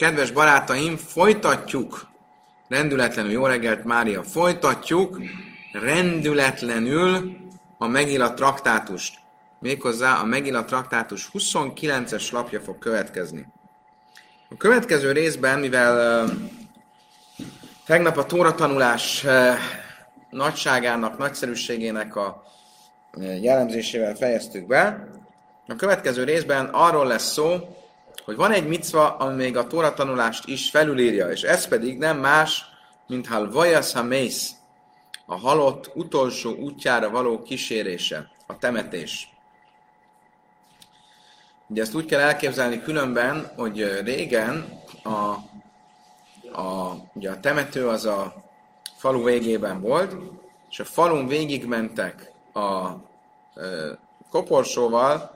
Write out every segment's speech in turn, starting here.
kedves barátaim, folytatjuk rendületlenül, jó reggelt Mária, folytatjuk rendületlenül a Megilla traktátust. Méghozzá a Megilla traktátus 29-es lapja fog következni. A következő részben, mivel tegnap a tóratanulás nagyságának, nagyszerűségének a jellemzésével fejeztük be, a következő részben arról lesz szó, hogy van egy micva, ami még a tóratanulást is felülírja, és ez pedig nem más, mint halvajas hamész, a halott utolsó útjára való kísérése, a temetés. Ugye ezt úgy kell elképzelni különben, hogy régen ugye a temető az a falu végében volt, és a falun végigmentek a koporsóval,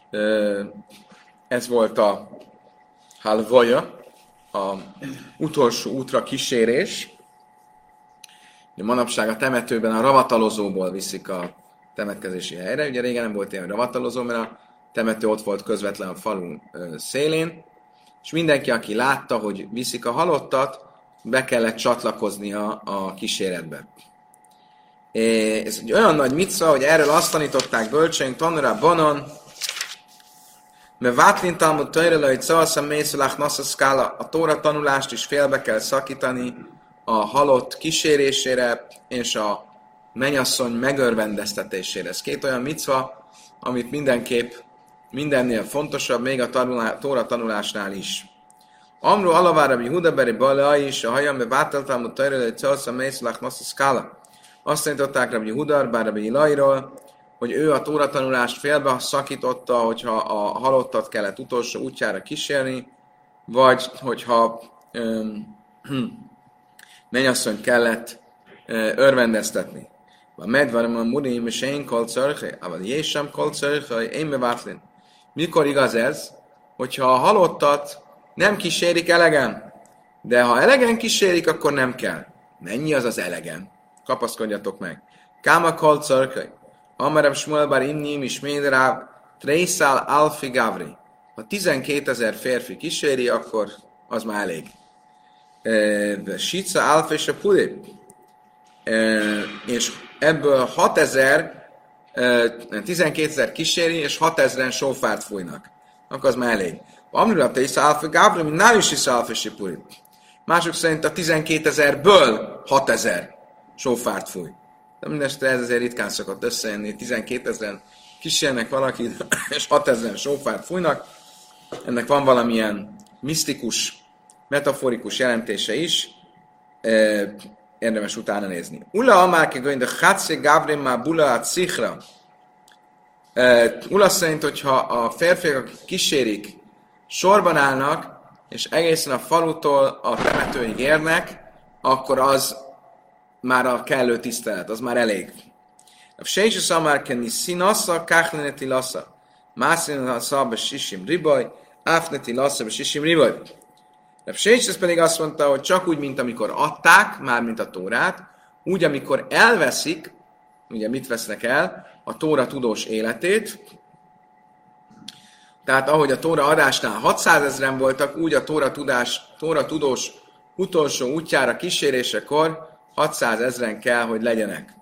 ez volt a halvaja, a utolsó útra kísérés. De manapság a temetőben a ravatalozóból viszik a temetkezési helyre. Ugye régen nem volt ilyen ravatalozó, mert a temető ott volt közvetlen a falun szélén, és mindenki, aki látta, hogy viszik a halottat, be kellett csatlakoznia a kíséretbe. Ez egy olyan nagy micva, hogy erről azt tanították bölcseink, tanulra banon, mert Vátlin Talmud Tajrela, hogy Szavaszam Mészulach Nasza Szkála, a tóra tanulást is félbe kell szakítani a halott kísérésére és a mennyasszony megörvendeztetésére. Ez két olyan micva, amit mindenképp mindennél fontosabb, még a tóra tanulásnál is. Amru alavára Hudaberi Bala is, a hajam, mert Vátlin Talmud Tajrela, hogy Szavaszam Mészulach Nasza Szkála. Azt tanították Rabbi Hudar, bár Rabbi Ilairól, hogy ő a tóratanulást félbe szakította, hogyha a halottat kellett utolsó útjára kísérni, vagy hogyha mennyasszonyt kellett örvendeztetni. A medvaram a murim, és én kolcörhe, vagy jésem kolcörhe, én bevátlin. Mikor igaz ez? Hogyha a halottat nem kísérik elegen, de ha elegen kísérik, akkor nem kell. Mennyi az az elegen? Kapaszkodjatok meg. Káma kolcörhe. Amarab Shmuel bar Innim is Ménráv Trészál Alfi Gavri. Ha 12 000 férfi kíséri, akkor az már elég. Sica Alfi és a Puli. És ebből 12 000 kíséri, és 6 000-en sófárt fújnak. Akkor az már elég. Amarab Trészál Alfi Gavri, mint nem is Alfi és a Puli. Mások szerint a 12 000-ből 6 000 sófárt fúj. De mindestre ez azért ritkán szokott összejönni, 12 000 kísérnek valakit, és 6 000 sófárt fújnak. Ennek van valamilyen misztikus, metaforikus jelentése is, érdemes utána nézni. Ula amárke gönyde Hatszé Gavrim már bula a cichra. Ula szerint, hogyha a férfiak kísérik, sorban állnak, és egészen a falutól a temetőig érnek, akkor az már a kellő tisztelet, az már elég. A Sejse Szamárkenni színassa, káchleneti lassa. Mászínassa, be sisim ribaj, áfneti lassa, be sisim ribaj. A Sejse pedig azt mondta, hogy csak úgy, mint amikor adták, már mint a Tórát, úgy, amikor elveszik, ugye mit vesznek el, a Tóra tudós életét, tehát ahogy a Tóra adásnál 600 000 voltak, úgy a Tóra tudós utolsó útjára kísérésekor 600 000 kell, hogy legyenek.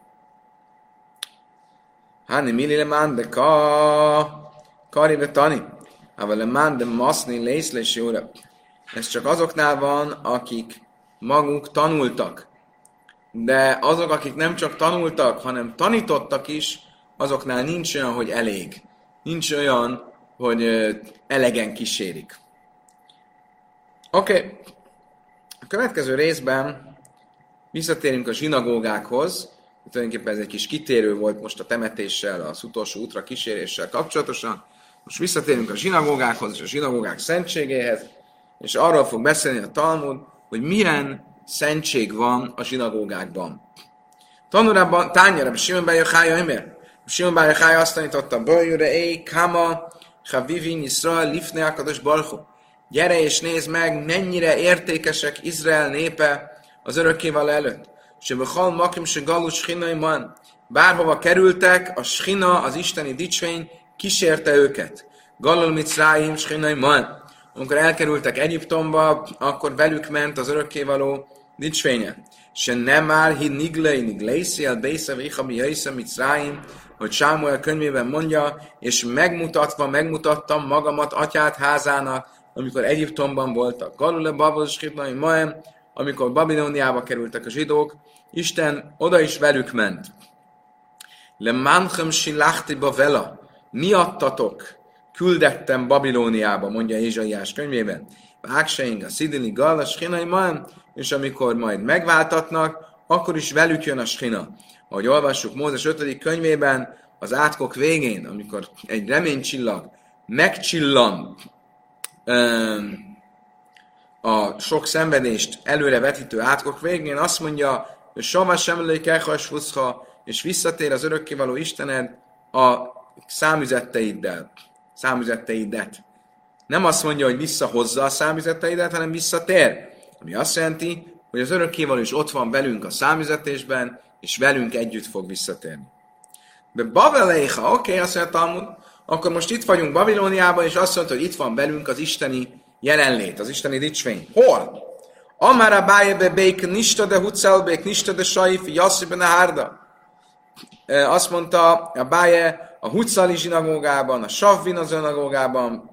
Hani milile mande karibe tani. Avale mande maszni lészlés jóra. Ez csak azoknál van, akik maguk tanultak. De azok, akik nem csak tanultak, hanem tanítottak is, azoknál nincs olyan, hogy elég. Nincs olyan, hogy elegen kísérik. Oké. A következő részben visszatérünk a zsinagógákhoz. Tulajdonképpen ez egy kis kitérő volt most a temetéssel, az utolsó útra kíséréssel kapcsolatosan. Most visszatérünk a zsinagógákhoz és a zsinagógák szentségéhez, és arról fog beszélni a Talmud, hogy milyen szentség van a zsinagógákban. Tanulában Tányára, Simon Bar Yochai Omer. Simon Bar Yochai azt tanította, Bajure Ei, Kama, Chavivin, Yisrael, Lifne Akados Baruch Hu. Gyere és nézd meg, mennyire értékesek Izrael népe az örökkévaló előtt. Sebechal makim se galus schinai man. Bárhova kerültek, a schina, az isteni dicsvény kísérte őket. Galul mitzráim schinai man. amikor elkerültek Egyiptomba, akkor velük ment az örökkévaló dicsfénye. Se nem áll hi niglei nigleisziel beiszev ichabi jaisza Mitzráim, hogy Sámuel könyvében mondja, és megmutattam magamat atyát házának, amikor Egyiptomban voltak. Galule babos skipnai maem, amikor Babilóniába kerültek a zsidók, Isten oda is velük ment. Le manchem silachti bavela, miattatok küldettem Babilóniába, mondja Ézsaiás könyvében. Vágseink a szidili gal, a skinai maem, és amikor majd megváltatnak, akkor is velük jön a skina. Ahogy olvassuk Mózes 5. könyvében, az átkok végén, amikor egy reménycsillag megcsillan a sok szenvedést előre vetítő átkok végén, azt mondja, hogy Sava sem fuszha, és visszatér az örökkévaló Istened a számüzetteidet. Nem azt mondja, hogy visszahozza a számüzetteidet, hanem visszatér. Ami azt jelenti, hogy az örökkévaló is ott van velünk a számüzetésben, és velünk együtt fog visszatérni. De Babeleiha, oké, azt mondja Talmud, akkor most itt vagyunk Babilóniában, és azt mondta, hogy itt van velünk az isteni jelenlét, az isteni dicsvény. Hol? Amara bájebe bék nista de huccel bék nista de saif jassziben a hárda. Azt mondta a Báje a Huccali zsinagógában, a Savvin zsinagógában,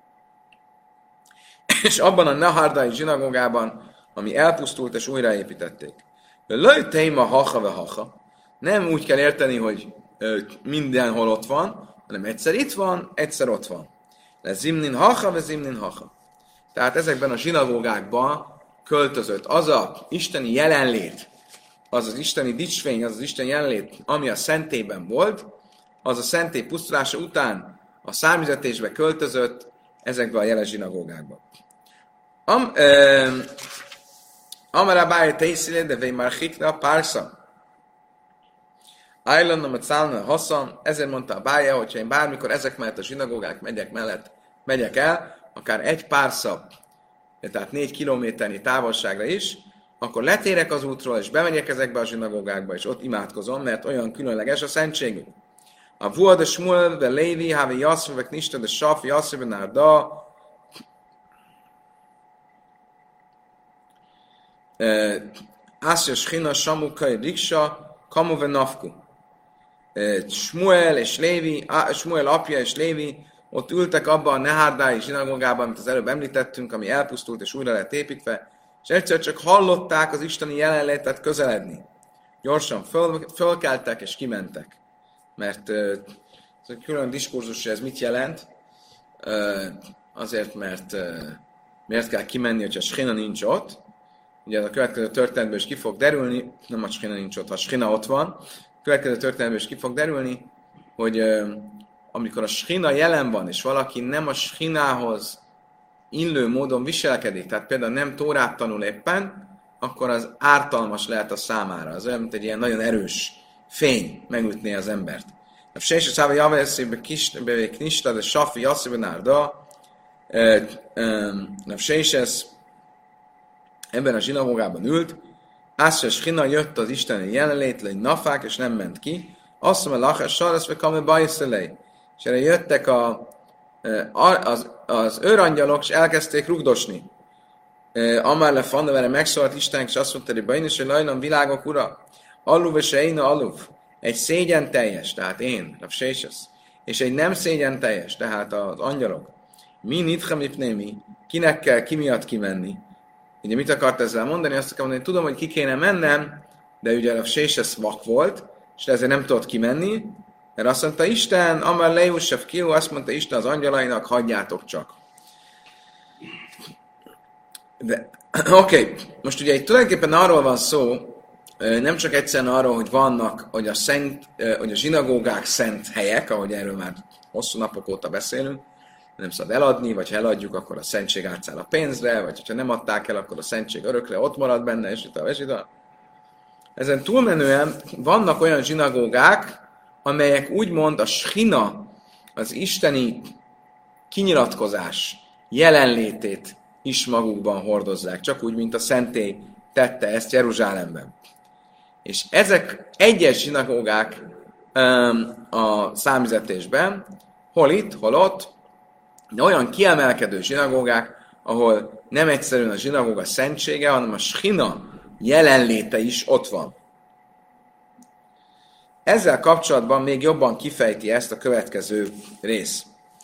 és abban a Nahárdai zsinagógában, ami elpusztult és újraépítették. Lőjtéma hacha ve hacha. Nem úgy kell érteni, hogy mindenhol ott van, hanem egyszer itt van, egyszer ott van. Le zimnin hacha ve zimnin hacha. Tehát ezekben a zsinagógákban költözött az a isteni jelenlét, az az isteni dicsvény, az az isteni jelenlét, ami a szentélyben volt, az a szentély pusztulása után a számüzetésbe költözött ezekbe a jeles zsinagógákba. Amara bája teiszile, de vej már hikna pársa. Ájlanna, mert szállna haszam, ezért mondta a Bája, hogyha én bármikor ezek mellett a zsinagógák megyek el, akár egy párszab, tehát 4 kilométernyi távolságra is, akkor letérek az útról, és bemegyek ezekbe a zsinagógákba, és ott imádkozom, mert olyan különleges a szentségük. A Vuad de Shmuel, de Lévi, Havi Yasser, de Knista, de Saf, Yasser, de Narda, Asya Shchina, Samukai, Riksa, Kamu, ve Nafku. Shmuel és Lévi, Shmuel apja és Lévi, ott ültek abban a Nehárdái zsinagógában, amit az előbb említettünk, ami elpusztult és újra lett építve, és egyszer csak hallották az isteni jelenlétet közeledni. Gyorsan fölkeltek és kimentek. Mert ez egy külön diskurzus, hogy ez mit jelent. Azért, mert miért kell kimenni, hogyha a Shchina nincs ott. Ugye a következő történetből is ki fog derülni, nem a Shchina nincs ott, ha a Shchina ott van. A következő történetből is ki fog derülni, hogy amikor a Shchina jelen van, és valaki nem a Shchinához illő módon viselkedik, tehát például nem Tórát tanul éppen, akkor az ártalmas lehet a számára. Az olyan, mint egy ilyen nagyon erős fény megütné az embert. A Sése Száva Javeszébe Knista, de Safi Jasszibe Nárda, a Séses ebben a zsinagógában ült, Ászra Shchina jött az isteni jelenlét, egy nafák, és nem ment ki, azt mondja, Lachás Sarasz, vagy Kame Bajszelej. És erre jöttek az őrangyalok, és elkezdték rugdosni. Amár le fanna vele megszólalt Istennek, és azt mondta, hogy Bajn, és lajnom világok ura, Alluv és Eina Alluv, egy szégyen teljes, tehát én, Rapséses, és egy nem szégyen teljes, tehát az angyalok. Mi nitchem ipnémi, kinek kell, ki miatt kimenni. Ugye mit akart ezzel mondani? Azt akar mondani, hogy tudom, hogy ki kéne mennem, de ugye Rapséses vak volt, és ezért nem tudott kimenni, mert azt mondta Isten, Amar Lejusev Kiu, azt mondta Isten az angyalainak, hagyjátok csak. De oké, most ugye itt tulajdonképpen arról van szó, nem csak egyszerűen arról, hogy vannak, hogy a zsinagógák szent helyek, ahogy erről már hosszú napok óta beszélünk, nem szabad eladni, vagy ha eladjuk, akkor a szentség átszáll a pénzre, vagy ha nem adták el, akkor a szentség örökre ott marad benne, és itt. Ezen túlmenően vannak olyan zsinagógák, amelyek úgymond a Shchina, az isteni kinyilatkozás jelenlétét is magukban hordozzák, csak úgy, mint a szentély tette ezt Jeruzsálemben. És ezek egyes zsinagógák a számüzetésben, hol itt, hol ott, De olyan kiemelkedő zsinagógák, ahol nem egyszerűen a zsinagóga szentsége, hanem a shina jelenléte is ott van. Ezzel kapcsolatban még jobban kifejti ezt a következő rész.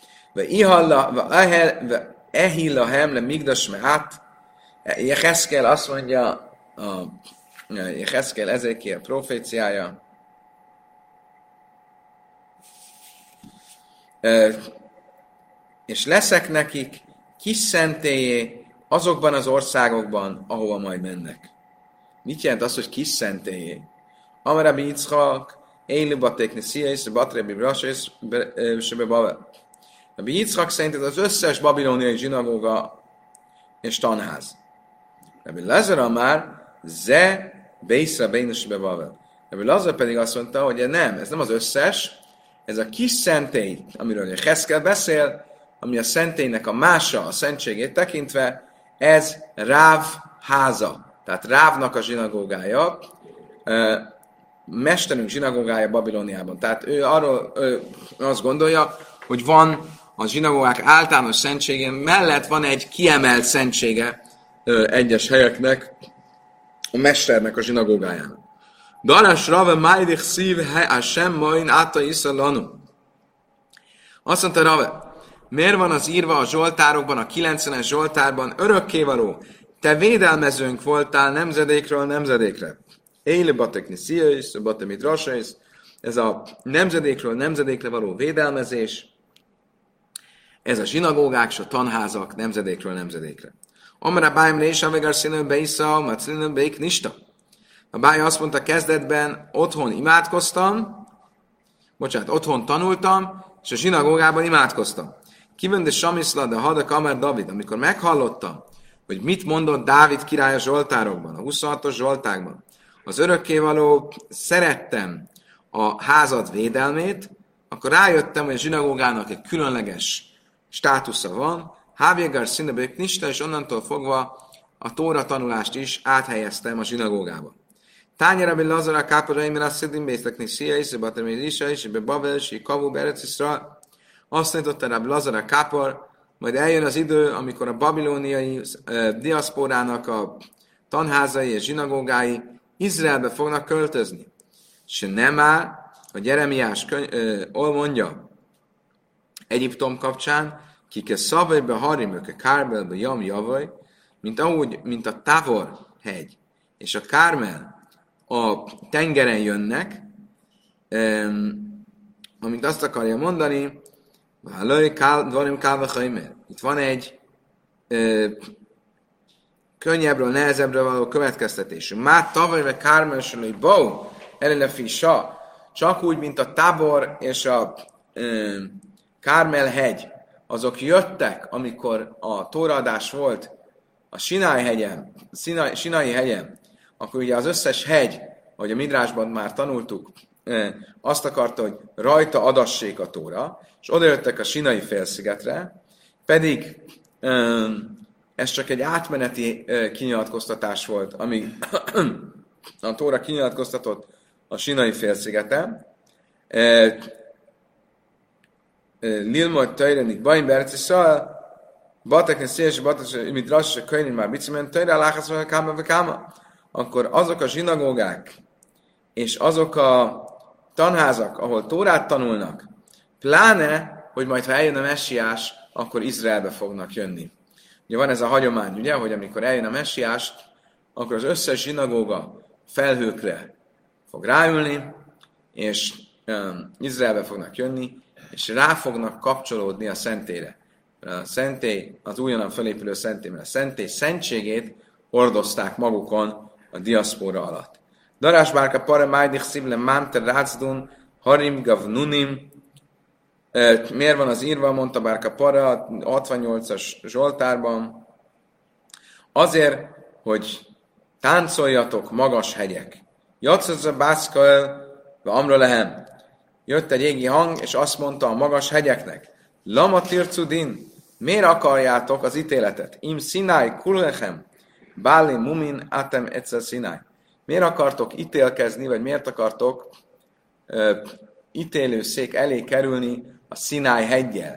Ehillahem le migdas meát. Jeheszkel azt mondja, Jeheszkel Ezékiel proféciája, és leszek nekik kis szentélyé azokban az országokban, ahova majd mennek. Mit jelent az, hogy kis szentélyé? Amarabi Yitzchak, Éli Batékni Sziais, Batrebi Brasés, Sebe Bavel. Rabbi Yitzchak szerint ez az összes babiloniai zsinagóga és tanház. Rabbi Lazar már Ze Beisra Bénusbe Bavel. Rabbi Lazar pedig azt mondta, hogy nem, ez nem az összes, ez a kis szentély, amiről a Heszkel beszél, ami a szentélynek a mása, a szentségét tekintve, ez Ráv háza. Tehát Rávnak a zsinagógája, mesterünk zsinagógája Babiloniában. Tehát ő arról azt gondolja, hogy van a zsinagógák általános szentsége mellett van egy kiemelt szentsége egyes helyeknek, a mesternek a zsinagógájának. Daras Rave Májdich szív Hashem Moin Áta Iszalanu. Azt mondta Rave, miért van az írva a Zsoltárokban, a 90-es Zsoltárban, örökkévaló, te védelmezőnk voltál nemzedékről nemzedékre. Éli batekni sziais, batemit rasais, ez a nemzedékről nemzedékre való védelmezés, ez a zsinagógák és a tanházak nemzedékről nemzedékre. Amara bájm résa vegar színön beisza, maclinön beik nista. A báj azt mondta kezdetben, otthon imádkoztam, otthon tanultam, és a zsinagógában imádkoztam. Kivende Samiszla, de Hadak Amar David, amikor meghallottam, hogy mit mondott Dávid király a Zsoltárokban, a 26-os Zsoltárban, az örökkévaló szerettem a házad védelmét, akkor rájöttem, hogy a zsinagógának egy különleges státusza van, Hávjegár színebők nista, és onnantól fogva a tóra tanulást is áthelyeztem a zsinagógába. Tányera bin Lazar a káporaim, azt szidim bésztekni szia is, baterméd isa is, be Babel, és kavu berec Iszra. Azt tanította rá Lazar a kápor, majd eljön az idő, amikor a babilóniai diaszporának a tanházai és zsinagógái Izraelbe fognak költözni. És nem áll, a Jeremiás mondja Egyiptom kapcsán, kike szavajbe harimöke Kárbelbe jam javaj, mint a Tavor hegy és a Kármel a tengeren jönnek, amint azt akarja mondani, itt van egy könnyebbről, nehezebbről való következtetés. Már tavaly Kármelsülői bau, ellenefi sa, csak úgy, mint a Tabor és a Kármel hegy, azok jöttek, amikor a tóraadás volt a Sinai hegyen, akkor ugye az összes hegy, ahogy a Midrásban már tanultuk, azt akarta, hogy rajta adassék a tóra, és odajöttek a Sinai félszigetre, pedig ez csak egy átmeneti kinyilatkoztatás volt, amíg a tóra kinyilatkoztatott a Sinai félszigeten. Lilmod Tajrenik Bain Berciszal, Batekne Szélesi Batekne Midrash Könyvén már bicimen Tajre, Aláhászra Káma. Akkor azok a zsinagógák és azok a tanházak, ahol Tórát tanulnak, pláne, hogy majd ha eljön a messiás, akkor Izraelbe fognak jönni. Ugye van ez a hagyomány, ugye, hogy amikor eljön a messiás, akkor az összes zsinagóga felhőkre fog ráülni, és Izraelbe fognak jönni, és rá fognak kapcsolódni a szentélyre. A szentély, az újonnan felépülő szentély, mert a szentély szentségét hordozták magukon a diaszpóra alatt. Darás bárka para májdich szívle mánter rácdun harim gavnunim. Miért van az írva, mondta bárka para 68-as Zsoltárban? Azért, hogy táncoljatok magas hegyek. Jatszazza bászkael amra lehem. Jött egy égi hang, és azt mondta a magas hegyeknek, Lama tircudin, miért akarjátok az ítéletet? Im Sinai kullechem, Báli mumin atem egyszer Sinai. Miért akartok ítélkezni, vagy miért akartok ítélőszék elé kerülni a Sinai heggyel?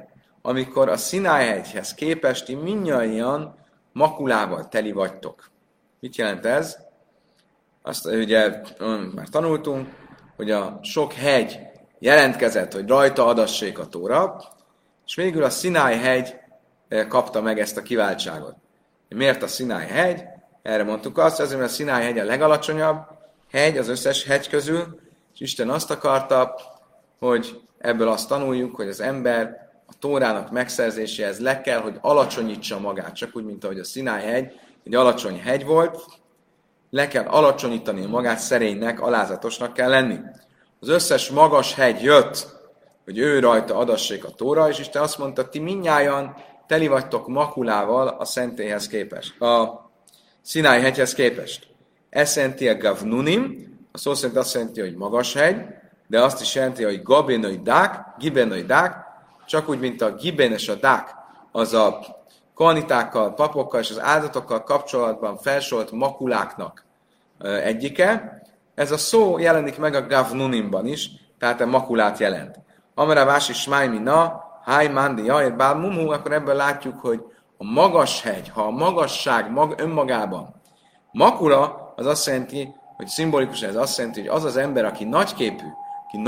amikor a Szináj-hegyhez képest ti mindnyájan makulával teli vagytok. Mit jelent ez? Azt ugye már tanultunk, hogy a sok hegy jelentkezett, hogy rajta adassék a Tóra, és végül a Szináj-hegy kapta meg ezt a kiváltságot. Miért a Szináj-hegy? Erre mondtuk azt, azért, mert a Szináj-hegy a legalacsonyabb hegy az összes hegy közül, és Isten azt akarta, hogy ebből azt tanuljuk, hogy az ember a Tórának megszerzéséhez le kell, hogy alacsonyítsa magát, csak úgy, mint ahogy a Szináj-hegy egy alacsony hegy volt, le kell alacsonyítani magát, szerénynek, alázatosnak kell lenni. Az összes magas hegy jött, hogy ő rajta adassék a Tóra, és Isten azt mondta, ti mindnyájan teli vagytok makulával a szentélyhez képest, a Szináj-hegyhez képest. Ez jelenti a Gavnunim, a szó szerint azt jelenti, hogy magas hegy, de azt is jelenti, hogy Gabénai Dák, Gibenai Dák, csak úgy, mint a Giben és a Dák, az a kohanitákkal, papokkal és az áldatokkal kapcsolatban felsorolt makuláknak egyike. Ez a szó jelenik meg a Gavnunimban is, tehát a makulát jelent. Amara vási smájmina, háj mándi jajt bál mumhu, akkor ebből látjuk, hogy a magas hegy, ha a magasság önmagában makula, az azt jelenti, hogy szimbolikusan ez azt jelenti, hogy az az ember, aki nagyképű, aki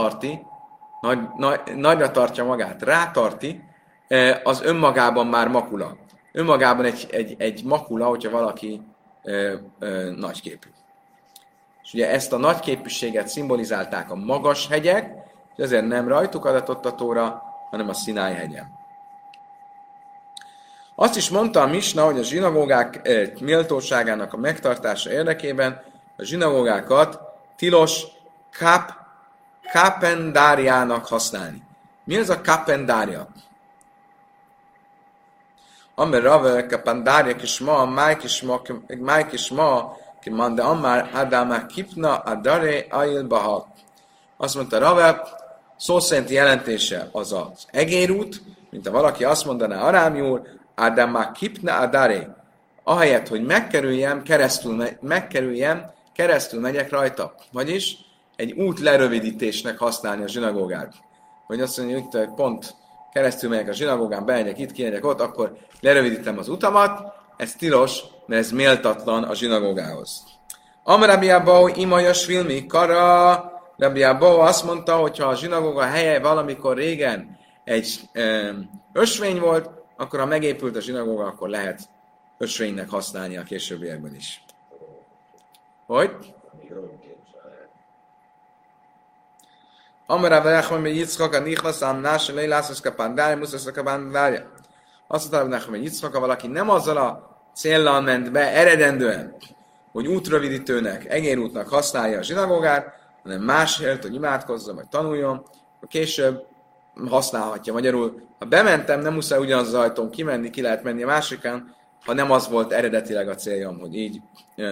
nagyra tartja magát, rátarti, az önmagában már makula. Önmagában egy makula, hogyha valaki nagyképű. És ugye ezt a nagyképűséget szimbolizálták a magas hegyek, és ezért nem rajtuk adatott a Tóra, hanem a Szináj-hegyen. Azt is mondta a Misna, hogy a zsinagógák méltóságának a megtartása érdekében a zsinagógákat tilos kapendáriának használni. Mi az a kapendária? Amir Rave kapendária kisma, máj kisma, ki mande amár adama kipna adare ail bahat. Azt mondta Rave, szó szerinti jelentése az az egérút, mint ha valaki azt mondaná arámjul, adama kipna adare. Ahelyett, hogy keresztül megyek rajta. Vagyis egy út lerövidítésnek használni a zsinagógát. Hogy azt mondja, hogy pont keresztül megyek a zsinagógán, bemegyek itt, kimegyek ott, akkor lerövidítem az utamat. Ez tilos, mert ez méltatlan a zsinagógához. Amrabi Abba imajas filmi kara. Rabbi Abba azt mondta, hogy ha a zsinagóga helye valamikor régen egy ösvény volt, akkor ha megépült a zsinagóga, akkor lehet ösvénynek használni a későbbiekben is. Hogy? Amara Nachman ben Yitzchak a Nichlas Amnás a Leilászos Kapandárja, Muszaszok a Bandárja. Azt mondta Nachman ben Yitzchak, ha valaki nem azzal a céllal ment be eredendően, hogy útrövidítőnek, egérútnak használja a zsinagógát, hanem másért, hogy imádkozzon, vagy tanuljon, akkor később használhatja. Magyarul, ha bementem, nem muszáj ugyanaz az ajtón kimenni, ki lehet menni a másikán, ha nem az volt eredetileg a céljam, hogy így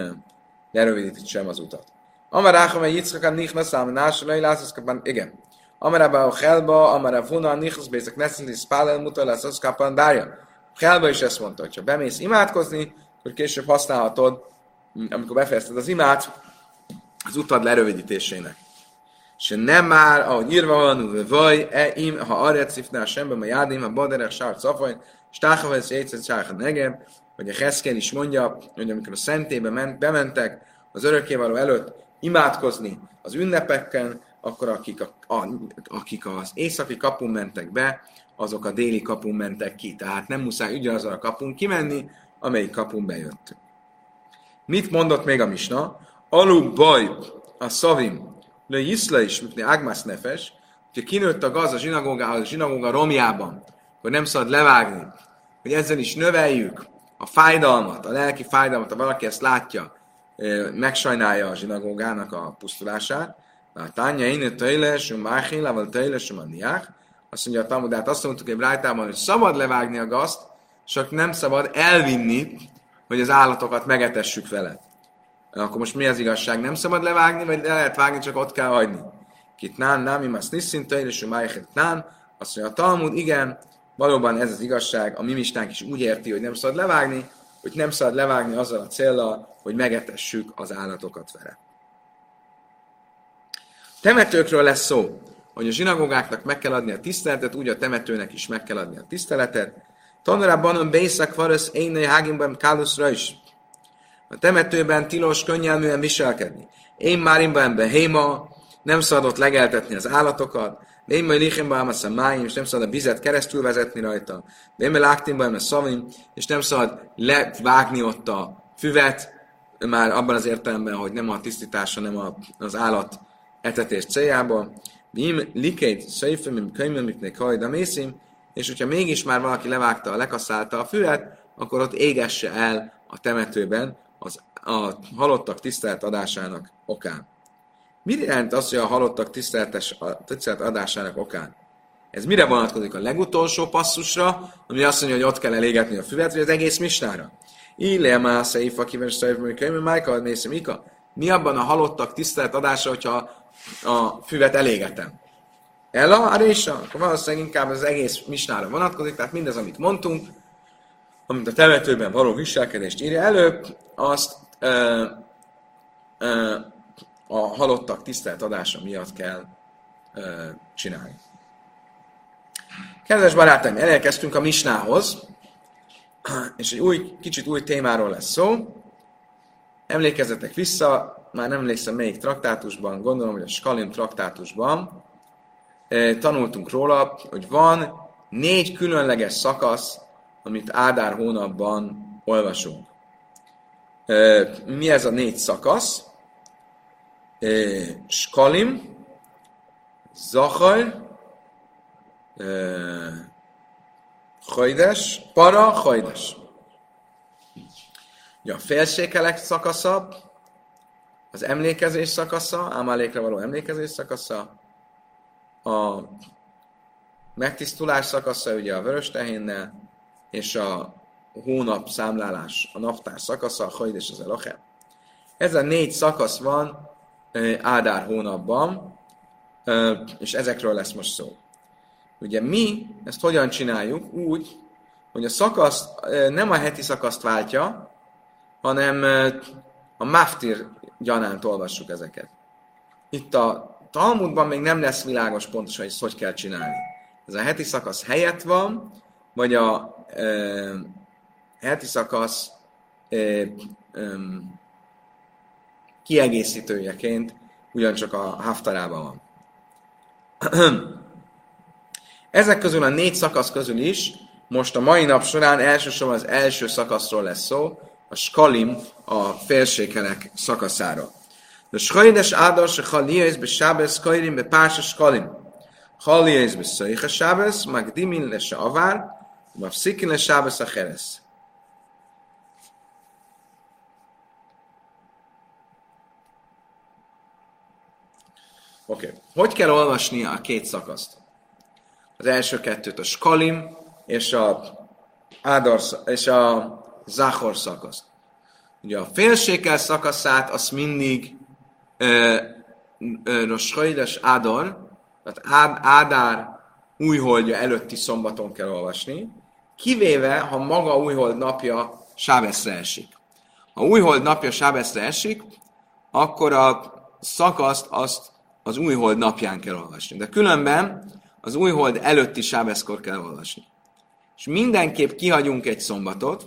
lerövidítsem az utat. Amaráha, mert Yitzchak nichnas ámnás, leilászaszkapan, igen. Amarába a Helba, Amará Vuna, nichnas bézek neszeli, spálel, mutalászaszkapan, dárja. Helba is ezt mondta, hogy ha bemész imádkozni, akkor később használhatod, amikor befejezted az imát, az utad lerövidítésének. És nem már, ahogy írva van, vagy, ha arra cifnál semben, a jádim, a baderek, sárt szafajn, stáhavesz, jégyszet, sárt negem, vagy a Heszkel is mondja, hogy amikor a szentébe bementek az örökkévaló előtt imádkozni az ünnepeken, akkor akik az északi kapun mentek be, azok a déli kapun mentek ki. Tehát nem muszáj ugyanazon a kapun kimenni, amelyik kapun bejött. Mit mondott még a Misna? Alu baj a szavim, le jiszla is, mint ágmász nefes, hogyha kinőtt a gaz a zsinagóga romjában, akkor nem szabad levágni, hogy ezzel is növeljük a fájdalmat, a lelki fájdalmat, ha valaki ezt látja, megsajnálja a zsinagógának a pusztulását. A tánya én tejles, máhélával tejles, maniák. Azt mondja a Talmudát, azt mondtuk egy rájtában, hogy szabad levágni a gazt, csak nem szabad elvinni, hogy az állatokat megetessük vele. Akkor most mi az igazság? Nem szabad levágni, vagy le lehet vágni, csak ott kell hagyni. Kitnán, námi, masz nisszint, tejles, máhélnán. Azt mondja a Talmud, igen, valóban ez az igazság, a mi mistánk is úgy érti, hogy nem szabad levágni, hogy nem szabad levágni azzal a céllal, hogy megetessük az állatokat vele. Temetőkről lesz szó. hogy a zsinagógáknak meg kell adni a tiszteletet, úgy a temetőnek is meg kell adni a tiszteletet. Tanulában a Bészak Varasz Énei Hágimban Káluszra is. A temetőben tilos könnyelműen viselkedni. Én már imben héma, nem szabad ott legeltetni az állatokat, de én majd lichimban a máim, és nem szabad a vizet keresztül vezetni rajta, de én majd láktimban a szavim, és nem szabad levágni ott a füvet, már abban az értelemben, hogy nem a tisztítása, nem az állat etetés céljából. Vim likét szöjfömim könyvömiknek hajda mészim, és hogyha mégis már valaki levágta, lekaszálta a füvet, akkor ott égesse el a temetőben a halottak tisztelet adásának okán. Mire jelent az, hogy a halottak tisztelet adásának okán? Ez mire vonatkozik? A legutolsó passzusra, ami azt mondja, hogy ott kell elégetni a füvet, vagy az egész misnára? Illé már szeifa kíváncsi szeifa, könyvben Michael mészem Ika. Mi abban a halottak tisztelet adása, hogyha a füvet elégetem? Ella, Arésa, akkor valószínűleg inkább az egész misnára vonatkozik, tehát mindez, amit mondtunk, amit a temetőben való viselkedést írja elő, azt a halottak tisztelt adása miatt kell csinálni. Kedves barátaim, elérkeztünk a misnához, és egy kicsit új témáról lesz szó. Emlékezzetek vissza, már nem emlékszem melyik traktátusban, gondolom, hogy a Skalim traktátusban tanultunk róla, hogy van 4 különleges szakasz, amit Ádár hónapban olvasunk. Mi ez a 4 szakasz? Skalim, Zachar, Hajdes, Para, Hajdes. Ugye a félsékelek szakasza, az emlékezés szakasza, Amálékra való emlékezés szakasza, a megtisztulás szakasza, ugye a vörös tehénnel, és a hónap számlálás, a naptár szakasza, a Hajdes az Elochem. Ez a 4 szakasz van Ádár hónapban, és ezekről lesz most szó. Ugye mi ezt hogyan csináljuk? Úgy, hogy a szakaszt nem a heti szakaszt váltja, hanem a Maftir gyanánt olvassuk ezeket. Itt a Talmudban még nem lesz világos pontosan, hogy ezt hogy kell csinálni. Ez a heti szakasz helyett van, vagy a heti szakasz kiegészítőjeként ugyancsak a haftarában van. Ezek közül a 4 szakasz közül is most a mai nap során elsősorban az első szakaszról lesz szó, a Skalim, a félsékelek szakaszára. De Schajdes Ádar se Chaliész be Sábesz Kajrim be Pársa Skalim. Chaliész be Szöjche Sábesz, Magdimin le se Avár, Mavszikin le Sábesz a Heresz. Oké. Hogy kell olvasni a 2 szakaszt? Az első 2-t a Skalim és a Ádar és a Zachor szakaszt. Ugye a félsékel szakaszát azt mindig Rosh Chodesh Ádar, tehát Ádár újholdja előtti szombaton kell olvasni, kivéve, ha maga újhold napja Sábeszre esik. Ha újhold napja Sábeszre esik, akkor a szakaszt azt az újhold napján kell olvasni. De különben az újhold előtti sábeszkor kell olvasni. És mindenképp kihagyunk egy szombatot,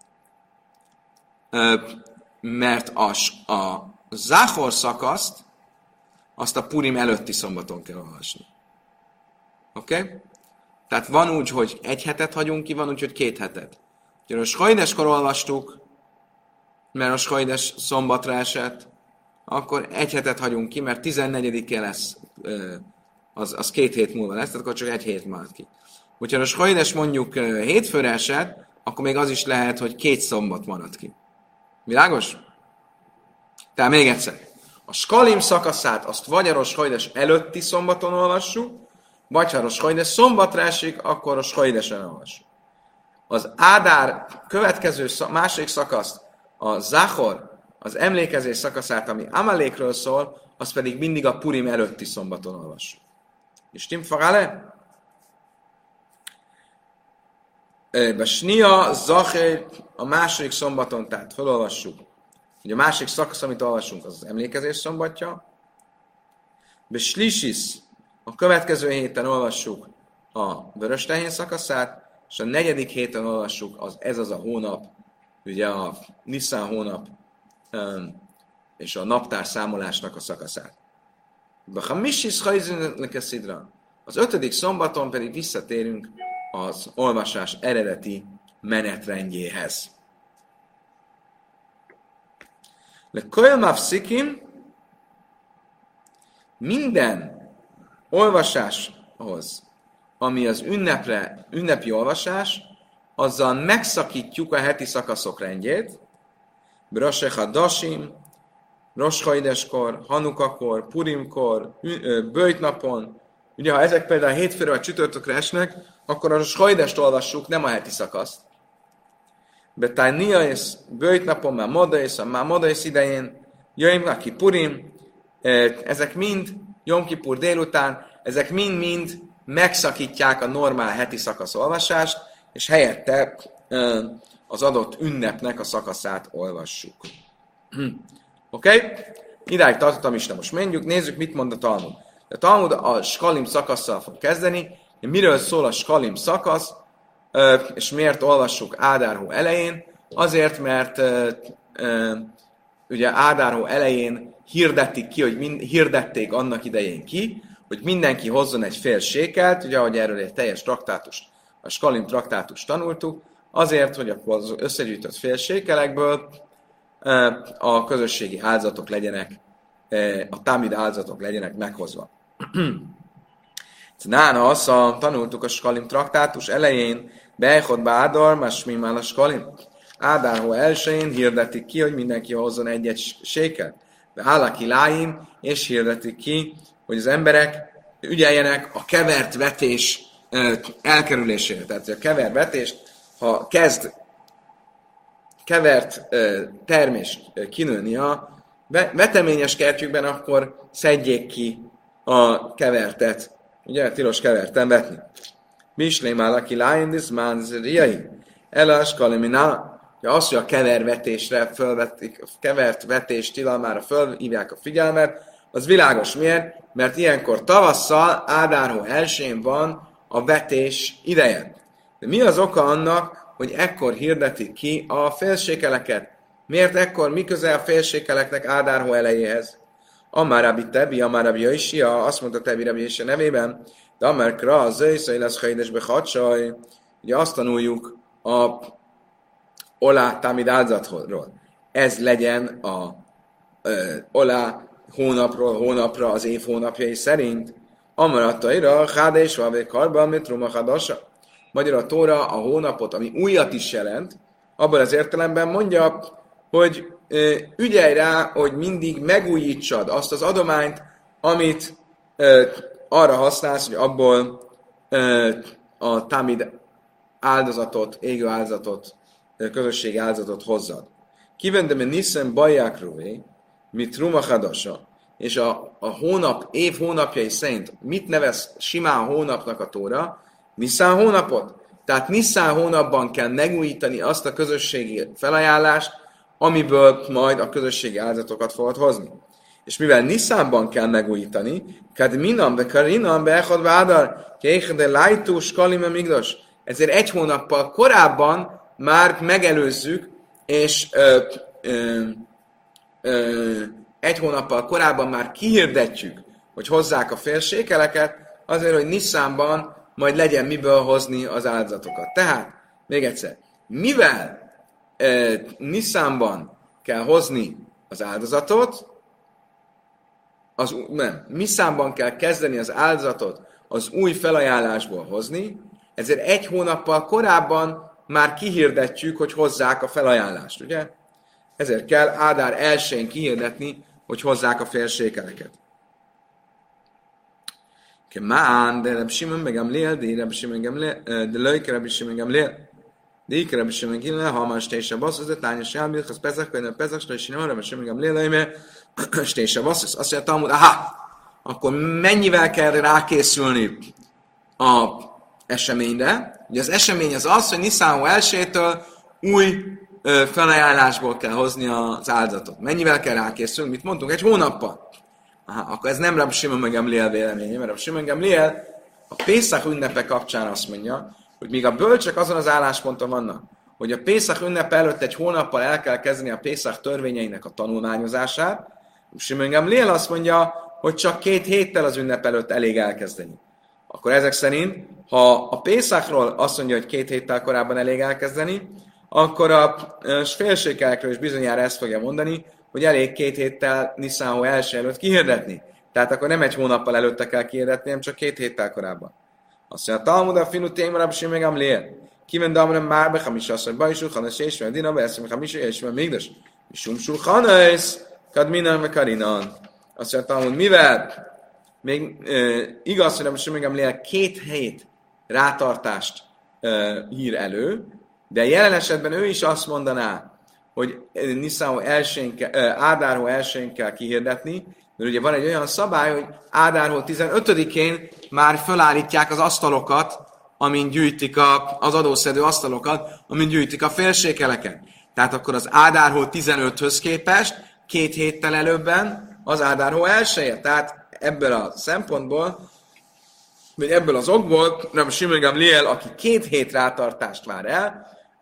mert a Zachor szakaszt azt a Purim előtti szombaton kell olvasni. Oké? Okay? Tehát van úgy, hogy 1 hetet hagyunk ki, van úgy, hogy 2 hetet. Úgyhogy a Schajideskor olvastuk, mert a Schajdes szombatra esett, akkor 1 hetet hagyunk ki, mert 14-e lesz, az 2 hét múlva lesz, tehát akkor csak 1 hét marad ki. Hogyha a Schajdes mondjuk hétfőre esett, akkor még az is lehet, hogy 2 szombat marad ki. Világos? Tehát még egyszer. A Skalim szakaszát azt vagy a Rosh Chodesh előtti szombaton olvassuk, vagy ha a Rosh Chodesh szombatra esik, akkor a Rosh Chodesen olvassuk. Az Ádár következő második szakaszt, a Zachor, az emlékezés szakaszát, ami Amalékről szól, az pedig mindig a Purim előtti szombaton olvassuk. És Tim Farale? Besnia, Zacher, a második szombaton, tehát felolvassuk. Ugye a másik szakasz, amit olvasunk, az az emlékezés szombatja. Beslisis, A következő héten olvassuk a vörös tehén szakaszát, és a 4. héten olvassuk, ez az a hónap, ugye a Nisztán hónap és a naptár számolásnak a szakaszát. Az 5. szombaton pedig visszatérünk az olvasás eredeti menetrendjéhez. Le Koilmavszikim minden olvasáshoz, ami az ünnepi olvasás, azzal megszakítjuk a heti szakaszok rendjét. Rosh Hadasim, Rosh Haideskor, Hanukakor, Purimkor, Böjtnapon. Ugye, ha ezek például hétfőre vagy csütörtökre esnek, akkor a Rosh Haidest olvassuk, nem a heti szakaszt. Betájnia és Böjtnapon, már Modais idején, Jöjjön aki Purim, ezek mind, Jom Kipur délután, ezek mind megszakítják a normál heti szakasz olvasást, és helyette az adott ünnepnek a szakaszát olvassuk. Oké? Idáig tartottam is, most menjünk, nézzük, mit mond a Talmud. A Talmud a Skalim szakasszal fog kezdeni. Miről szól a Skalim szakasz, és miért olvassuk Ádár hó elején? Azért, mert ugye Ádár hó elején hirdették ki, hirdették annak idején ki, hogy mindenki hozzon egy fél sékelt, ugye, ahogy erről egy teljes traktátust, a Skalim traktátust tanultuk, azért, hogy akkor az összegyűjtött fél sékelekből a közösségi áldozatok legyenek, a támid áldozatok legyenek meghozva. Nána tanultuk a Skalim traktátus elején, Beechod Bádar, Masmimál a Skalim. Ádár hó elsőjén hirdetik ki, hogy mindenki hozzon egy-egy séket. De Hálaki Láim, és hirdetik ki, hogy az emberek ügyeljenek a kevert vetés elkerülésére. Tehát a kevert vetést, ha kezd kevert termést kinőni a veteményes kertjükben, akkor szedjék ki a kevertet. Ugye, tilos keverten vetni. Mislém Hálaki Láim, Dizmánzriai. Elás Kaliminál. Az, hogy a kevervetésre fölvetik, a kevert vetés tilalmára fölhívják a figyelmet, az világos. Miért? Mert ilyenkor tavasszal, Ádár hó elsőjén van a vetés ideje. De mi az oka annak, hogy ekkor hirdetik ki a félsékeleket? Miért ekkor, mi közel a félsékeleknek Ádár hó elejéhez? Amár Rabbi Tebi, Amár Rabbi Jaisia, azt mondta Tebi Rabbi Jaisia nevében, de Amár Kra, az Zöjszai lesz Hajdesbe Hadsaj. Ugye azt tanuljuk a Olá támid áldozatról. Ez legyen a Olá hónapról hónapra az év hónapjai szerint. Amarataira, Háde és Vavé Karban, Mitruma Hadasa. Magyarul a Tóra a hónapot, ami újat is jelent, abban az értelemben mondja, hogy ügyelj rá, hogy mindig megújítsad azt az adományt, amit arra használsz, hogy abból a támid áldozatot, égő áldozatot, közösségi áldozatot hozzad. Kivendem Nissen Bajákruvé, mit Truma Hadasa, és a hónap, év hónapjai szerint mit nevez simán hónapnak a Tóra? Nisztán hónapot. Tehát Nisztán hónapban kell megújítani azt a közösségi felajánlást, amiből majd a közösségi áldozatokat fogod hozni. És mivel Nisztánban kell megújítani, kad minam be karinam be echad vádar, kéhde lájtó skalim migdos. Ezért egy hónappal korábban már megelőzzük, és egy hónappal korábban már kihirdetjük, hogy hozzák a félsékeleket, azért, hogy Nisztánban majd legyen miből hozni az áldozatokat. Tehát, még egyszer, mivel Nisztánban kell hozni az áldozatot, Nisztánban kell kezdeni az áldozatot az új felajánlásból hozni, ezért egy hónappal korábban már kihirdetjük, hogy hozzák a felajánlást, ugye? Ezért kell Ádár elsőjén kihirdetni, hogy hozzák a félsékeleket. Kemán, de Reb Simon meg Gamliel, de Reb Simon Gamliel, de Lőke Reb Simon Gamliel, de Ike Reb Simon Gamliel, ha már stése basszus, de Tánya Sálbír, az Pezach, könyve Pezach, de Sinon, Reb Simon Gamliel, Lőme, stése basszus. Azt mondja, Talmud, akkor mennyivel kell rákészülni a eseményre? Ugye az esemény az, hogy Nisztán hó elsőjétől új felajánlásból kell hozni az áldozatot. Mennyivel kell rákészülni? Mit mondtunk? Egy hónappal. Akkor ez nem Rab Simon meg Gamliel véleménye, mert Rab Simon Gamliel a Pészach ünnepe kapcsán azt mondja, hogy míg a bölcsek azon az állásponton vannak, hogy a Pészach ünnepe előtt egy hónappal el kell kezdeni a Pészach törvényeinek a tanulmányozását, Rab Simon Gamliel azt mondja, hogy csak 2 héttel az ünnep előtt elég elkezdeni. Akkor ezek szerint, ha a Pészachról azt mondja, hogy 2 héttel korábban elég elkezdeni, akkor a félsékelekről is bizonyára ezt fogja mondani, hogy elég 2 héttel Niszán első előtt kihirdetni. Tehát akkor nem egy hónappal előtte kell kihirdetni, hanem csak 2 héttel korábban. Azt mondja, a Talmud a finu téma Rab Simon Gamliel. Kimen damra már be hamis asszony bajsul, hanes és mert dina beszélünk hamis és mert mégis. Misum hanes, kadminan ve karinan. Azt mondja, Talmud, mivel még igaz, hogy Rab Simon Gamliel 2 hét rátartást ír elő, de jelen esetben ő is azt mondaná, hogy Niszán Ádárhó 1-én kell kihirdetni, mert ugye van egy olyan szabály, hogy Ádárhó 15-én már felállítják az asztalokat, amin gyűjtik az adószedő asztalokat, amin gyűjtik a félsékeleket. Tehát akkor az Ádárhó 15-höz képest 2 héttel előbben az Ádárhó 1-je. Tehát ebből a szempontból, vagy ebből az okból, Rab Simon Gamliel, aki 2 hét rátartást vár el,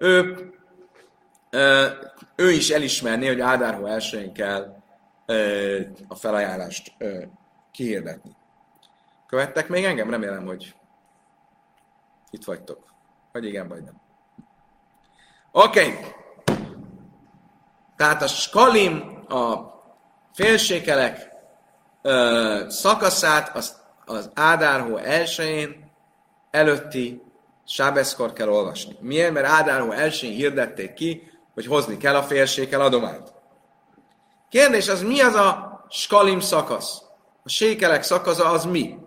ő is elismerné, hogy Ádárhó 1-én kell a felajánlást kihirdetni. Követtek még engem? Remélem, hogy itt vagytok. Vagy igen, vagy nem. Oké. Tehát a skalim, a félsékelek szakaszát az Ádárhó 1-én előtti sábeszkor kell olvasni. Miért? Mert Ádárhó 1-én hirdették ki, hogy hozni kell a félsékel adományt. Kérdés az, mi az a skalim szakasz? A sékelek szakasza az mi?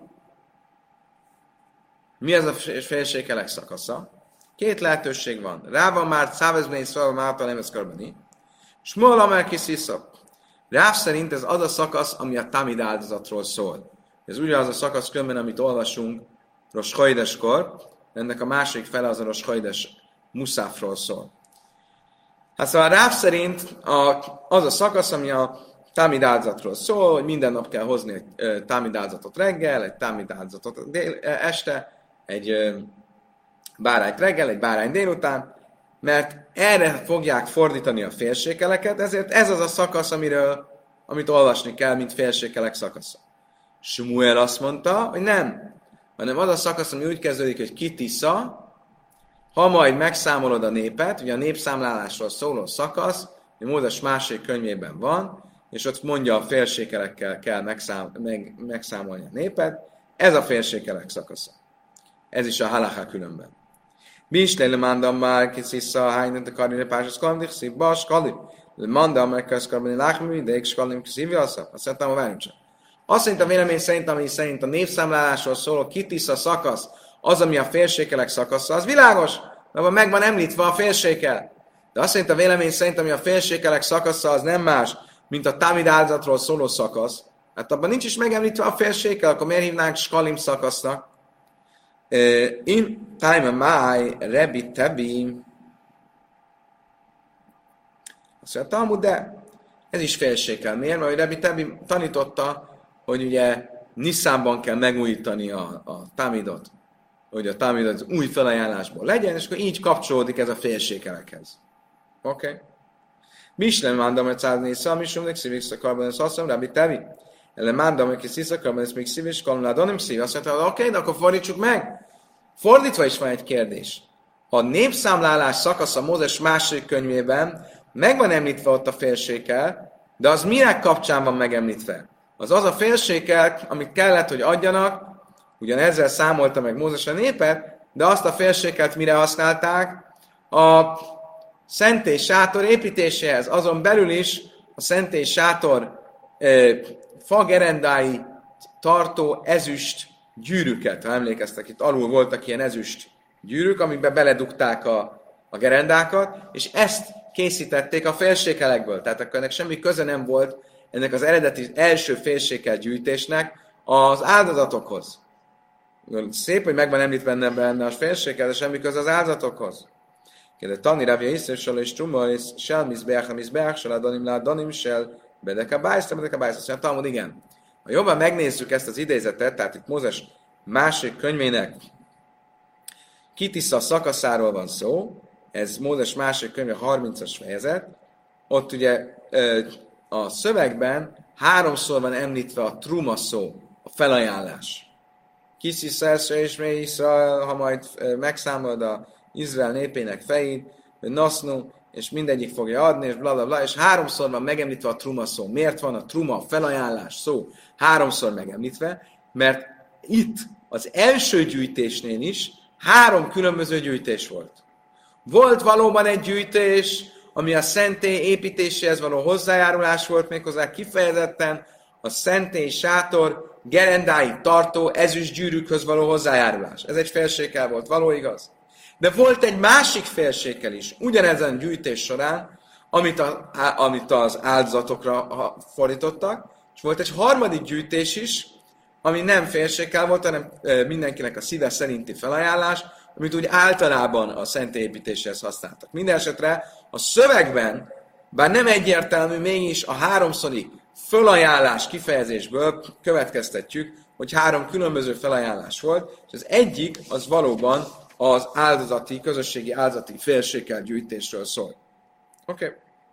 Mi ez a félsékelek szakasza? 2 lehetőség van. Rá van már szávezbeni szóval márta nem ez körbeni. Smol Amer Kiszisza. Ráv szerint ez az a szakasz, ami a Tamid áldozatról szól. Ez ugyanaz a szakasz különben, amit olvasunk Rosh Chodesh-kor, ennek a másik fele az a Rosh Chodesh Muszáfról szól. Hát szóval Ráv szerint az a szakasz, ami a Tamid áldozatról szól, hogy minden nap kell hozni egy Tamid áldozatot reggel, egy Tamid áldozatot este, egy bárányt reggel, egy bárány délután, mert erre fogják fordítani a félsékeleket, ezért ez az a szakasz, amit olvasni kell, mint félsékelek szakasza. Smuel azt mondta, hogy nem, hanem az a szakasz, ami úgy kezdődik, hogy kitisza, ha majd megszámolod a népet, ugye a népszámlálásról szóló szakasz, hogy Mózes másik könyvében van, és ott mondja, a félsékelekkel kell megszámolni a népet, ez a félsékelek szakasza. Ez is a halaká különben. Bisle le mandam már kiszissza hánynet a karine pásas kalandik szívba, skali. Le mandam meg közkarbani lákmű, de skalim kiszívjasza. Azt mondtam, várjunk csak. Azt szerint a vélemény szerint, ami szerint a népszámlálásról szóló kitisza szakasz, az, ami a félsékelek szakasza, az világos, mert meg van említve a félsékel. De azt szerint a vélemény szerint, ami a félsékelek szakasza, az nem más, mint a Tamid áldozatról szóló szakasz. Hát abban nincs is megemlítve a félsékel, akkor miért hívnánk skalim szakasznak? In time máj rebi tebi. Azt mondja, Talmud, de ez is félsékel. Miért? Mert Rebi Tebi tanította, hogy ugye Nisszánban kell megújítani a Tamidot, hogy a Tamidot új felajánlásból legyen, és akkor így kapcsolódik ez a félsékelekhez. Oké? Mislen mandam, hogy 104 szalmisumnek szívix a karbonos asszom, Rebi Tebi. Ele mandam, hogy kiszísz a karbonos még szívis, kalmuládonim szív. Azt mondta, oké, de akkor fordítsuk meg. Fordítva is van egy kérdés. A népszámlálás szakasza Mózes második könyvében meg van említve ott a félsékel, de az minek kapcsán van megemlítve? Az a félsékel, amit kellett, hogy adjanak, ugyan ezzel számolta meg Mózes a népet, de azt a félsékelt mire használták? A szentély sátor építéséhez. Azon belül is a szentély sátor fagerendái tartó ezüst gyűrűket. Ha emlékeztek, itt alul voltak ilyen ezüst gyűrűk, amikbe beledugták a gerendákat, és ezt készítették a félsékelekből. Tehát akkor ennek semmi köze nem volt ennek az eredeti első félsékel gyűjtésnek az áldozatokhoz. Szép, hogy megvan említve benne a félsékel, de semmi köze az áldozatokhoz. Kérde, Tani Ravja Iszresol és Truma, és Sel Mizbeach, Sel Adonim, Sel Bedeka Bájsz, Bedeka Bájsz. Azt mondja, Talmud, igen. Ha jobban megnézzük ezt az idézetet, tehát itt Mózes második könyvének Kitisza szakaszáról van szó, ez Mózes második könyve 30-as fejezet, ott ugye a szövegben 3-szor van említve a truma szó, a felajánlás. Kisziszelsz és Israel, ha majd megszámolod a Izrael népének fejét, hogy nasznú, és mindegyik fogja adni, és blablabla, bla, bla, és 3-szor van megemlítve a truma szó. Miért van a truma, a felajánlás szó 3-szor megemlítve? Mert itt az első gyűjtésnél is 3 különböző gyűjtés volt. Volt valóban egy gyűjtés, ami a szentély építéséhez való hozzájárulás volt, méghozzá kifejezetten a szentély sátor gerendáig tartó ezüst gyűrűkhöz való hozzájárulás. Ez egy félséggel volt, való igaz? De volt egy másik félséggel is, ugyanezen gyűjtés során, amit az áldozatokra fordítottak, és volt egy harmadik gyűjtés is, ami nem félséggel volt, hanem mindenkinek a szíve szerinti felajánlás, amit úgy általában a szentélyépítéshez használtak. Mindenesetre a szövegben, bár nem egyértelmű, mégis a 3-szori felajánlás kifejezésből következtetjük, hogy 3 különböző felajánlás volt, és az egyik az valóban az áldozati, közösségi áldozati félséggel gyűjtésről szól. Oké.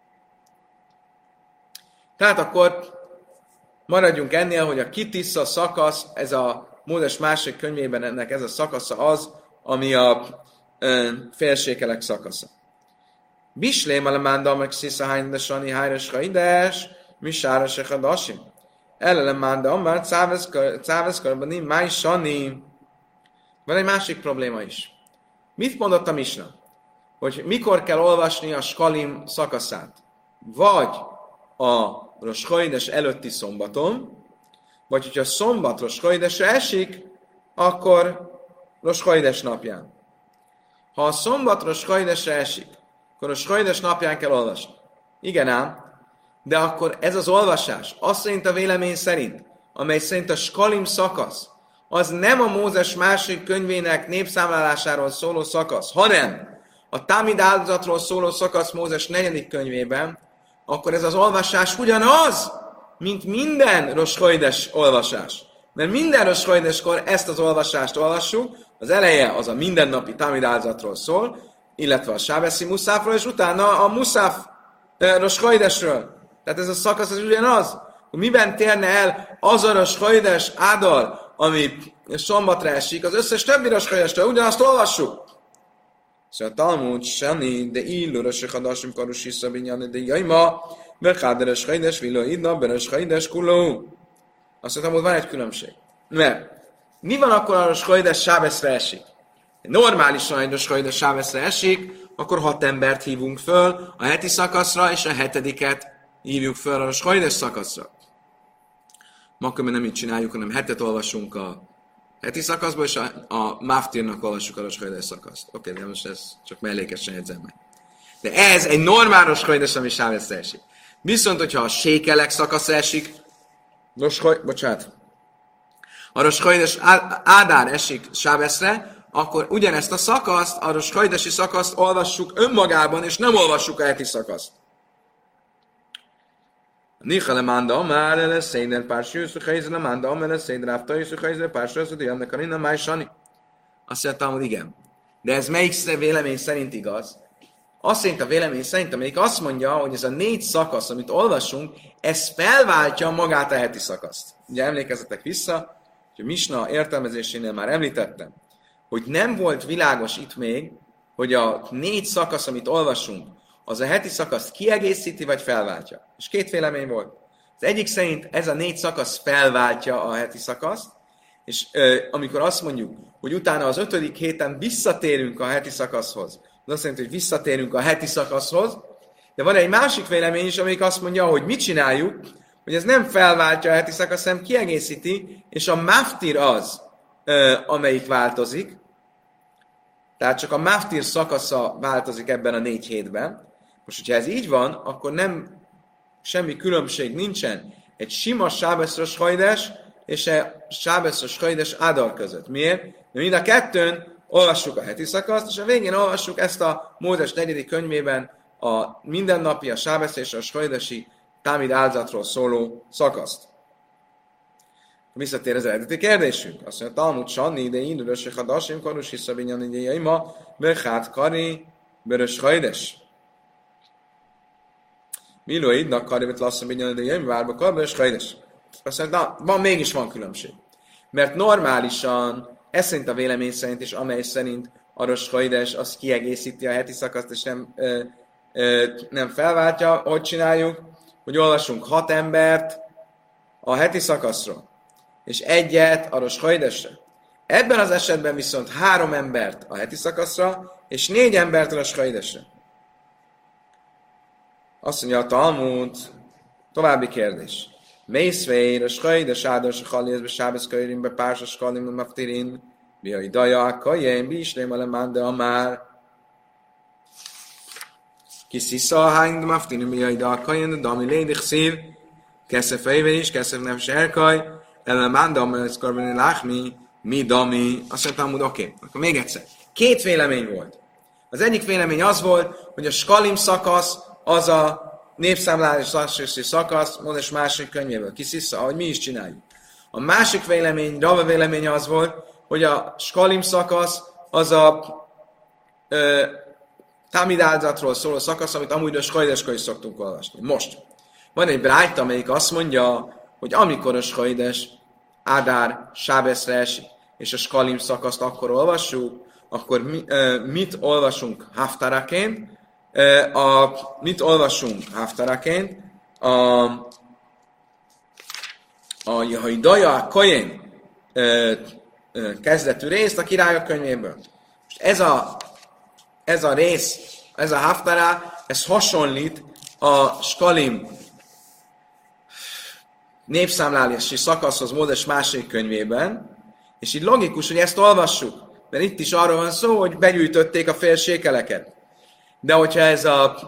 Tehát akkor maradjunk ennél, hogy a Kitisza szakasz, ez a Mózes második könyvében ennek ez a szakasza az, ami a félsékelek szakasza. Bislém alemánda meg szisza hánydesani hájres haides, mi sára se hadasim. Elelemánda amár cáveszkarabani máj sani. Van egy másik probléma is. Mit mondott a Misna? Hogy mikor kell olvasni a Skalim szakaszát? Vagy a Rosh Chodesh előtti szombaton, vagy hogyha szombat Rosh Chodeshre esik, akkor Rosh Chodesh napján. Ha a szombat Rosh Chodeshre esik, akkor Rosh Chodesh napján kell olvasni. Igen ám, de akkor ez az olvasás, azt szerint a vélemény szerint, amely szerint a Skalim szakasz, az nem a Mózes második könyvének népszámlálásáról szóló szakasz, hanem a Támid áldozatról szóló szakasz Mózes 4. könyvében, akkor ez az olvasás ugyanaz, mint minden Rosh Chodesh olvasás. Mert minden Rosh Chodeshkor ezt az olvasást olvassuk, az eleje az a mindennapi Támid áldozatról szól, illetve a Sábeszi Muszáfról, és utána a Muszáf Rosh Chodeshről. Tehát ez a szakasz az ugyanaz. Miben térne el az a Rosh Chodesh Ádar, ami szombatra esik, az összes többi Rosh Chodeshről, ugyanazt olvassuk. Szóval a Talmud, Sani, de illu Rosh Chodesh, Karus Isza, Binyani, de Jaima, Berkáde Rosh Chodesh, Villa Idna, Berosh Chodesh, Kuló. Azt mondtam, hogy van egy különbség. Mert mi van akkor, ha Rosh Chodesh Sábeszre esik? Normálisan egy Rosh Chodesh Sábeszre esik, akkor 6 embert hívunk föl a heti szakaszra, és a 7-et hívjuk föl a Rosh Chodesh szakaszra. Ma akkor nem így csináljuk, hanem 7-et olvasunk a heti szakaszból, és a Maftirnak olvassuk a Rosh Chodesh szakaszt. Oké, de most ez csak mellékesen jegyzem meg. De ez egy normál Rosh Chodesh, ami Sábeszre esik. Viszont, hogyha a sékelek szakaszra esik, a Rosh Chodesh Ádár esik Sábeszre, akkor ugyanezt a szakaszt, a Rosh Chodeshi szakaszt olvassuk önmagában, és nem olvassuk a heti szakaszt. Nichale manda amár ele széder pársősző helyzele manda amár ele széder áftajösző helyzele pársősző diannak a rinna májsani. Azt mondtam, hogy igen. De ez melyik vélemény szerint igaz? Azt szerint a vélemény szerint, amelyik azt mondja, hogy ez a 4 szakasz, amit olvasunk, ez felváltja magát a heti szakaszt. Ugye emlékezzetek vissza, hogy a Misna értelmezésénél már említettem, hogy nem volt világos itt még, hogy a 4 szakasz, amit olvasunk, az a heti szakaszt kiegészíti, vagy felváltja. És 2 vélemény volt. Az egyik szerint ez a 4 szakasz felváltja a heti szakaszt, és amikor azt mondjuk, hogy utána az 5. héten visszatérünk a heti szakaszhoz, az azt jelenti, hogy visszatérünk a heti szakaszhoz, de van egy másik vélemény is, amelyik azt mondja, hogy mit csináljuk, hogy ez nem felváltja a heti szakaszt, hanem kiegészíti, és a maftir az, amelyik változik, tehát csak a maftir szakasza változik ebben a 4 hétben. Most, hogyha ez így van, akkor nem semmi különbség nincsen egy sima Sábesz Rosh Chodesh és egy Sábesz Rosh Chodesh Ádar között. Miért? Mert mind a kettőn olvassuk a heti szakaszt, és a végén olvassuk ezt a Mózes 4. könyvében a mindennapi, a Sábesz és a Chodeshi Támid áldozatról szóló szakaszt. Visszatér az eredeti kérdésünk. Azt mondja, Talmud Sanni idei indulöse hadasim, karus hiszabinyan idejei ma, bechát kari, börös hajdes. Milóidnak karibet lasszabinyan idejei, várba kar, börös hajdes. Azt mondja, mégis van különbség. Mert normálisan, ez szerint a vélemény szerint, és amely szerint a Rosh Chodesh az kiegészíti a heti szakaszt, és nem felváltja, hogy csináljuk, hogy olvasunk 6 embert a heti szakaszról, és egyet a Rosh Chodeshre. Ebben az esetben viszont 3 embert a heti szakaszra, és 4 embert a Rosh Chodeshre. Azt mondja a Talmud, további kérdés. Mészvér, a Shkajdes, Ádos, a Chalézbe, Sábeszkajrimbe, Pársas, Kalim, a Maftirin, Bia Idaja, Kajen, Bislém, Alemán, de Amár. Kiszisza a Hány, de Maftirin, Bia Idaja, Kajen, de Ami Lédik Szív, Keszef Éve is, Keszef Nefes Erkaj, Alemán, de Amár, Szkarbeni Láchmi, Mi Dami. Azt mondtam, hogy oké, akkor még egyszer. 2 vélemény volt. Az egyik vélemény az volt, hogy a Skalim szakasz az a népszámlálási szakasz, Mózes második könyvéből kiszissza, ahogy mi is csináljuk. A másik vélemény, Rava véleménye az volt, hogy a Skalim szakasz az a Tamid áldozatról szóló szakasz, amit amúgy a Skajdeska is szoktunk olvasni. Most van egy brájta, amelyik azt mondja, hogy amikor a Skajdes Ádár Sábeszre esik, és a Skalim szakaszt akkor olvassuk, akkor mit olvasunk Haftaraként? Mit olvasunk Haftaraként? A Jehidaja Kojen kezdetű részt a királyok könyvéből. Most ez a rész, ez a Haftara, ez hasonlít a Skalim népszámlálási szakaszhoz Mózes második könyvében, és így logikus, hogy ezt olvassuk, mert itt is arról van szó, hogy begyűjtötték a félsékeleket. De hogyha ez a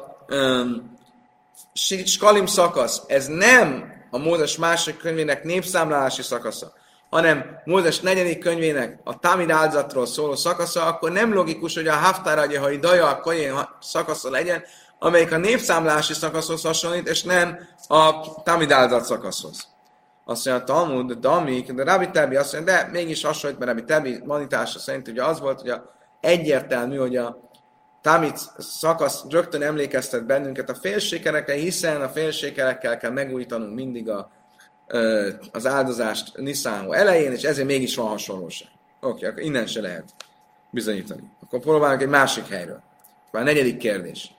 Skalim szakasz, ez nem a Mózes második könyvének népszámlálási szakasza, hanem Mózes negyedik könyvének a Tamid áldozatról szóló szakasza, akkor nem logikus, hogy a Haftara, ha Idaja a Kojen szakasza legyen, amelyik a népszámlálási szakaszhoz hasonlít, és nem a Tamid áldozat szakaszhoz. Azt mondja a Talmud, de Rabbi Tebi azt mondja, de mégis hasonlít, mert Rabbi Tebi manitása szerint ugye az volt, hogy egyértelmű, hogy a Tamid szakasz rögtön emlékeztet bennünket a félsékelekre, hiszen a félsékelekkel kell megújítanunk mindig az áldozást Niszán elején, és ezért mégis van hasonlóság. Oké, akkor innen se lehet bizonyítani. Akkor próbálunk egy másik helyről. Már a 4. kérdés.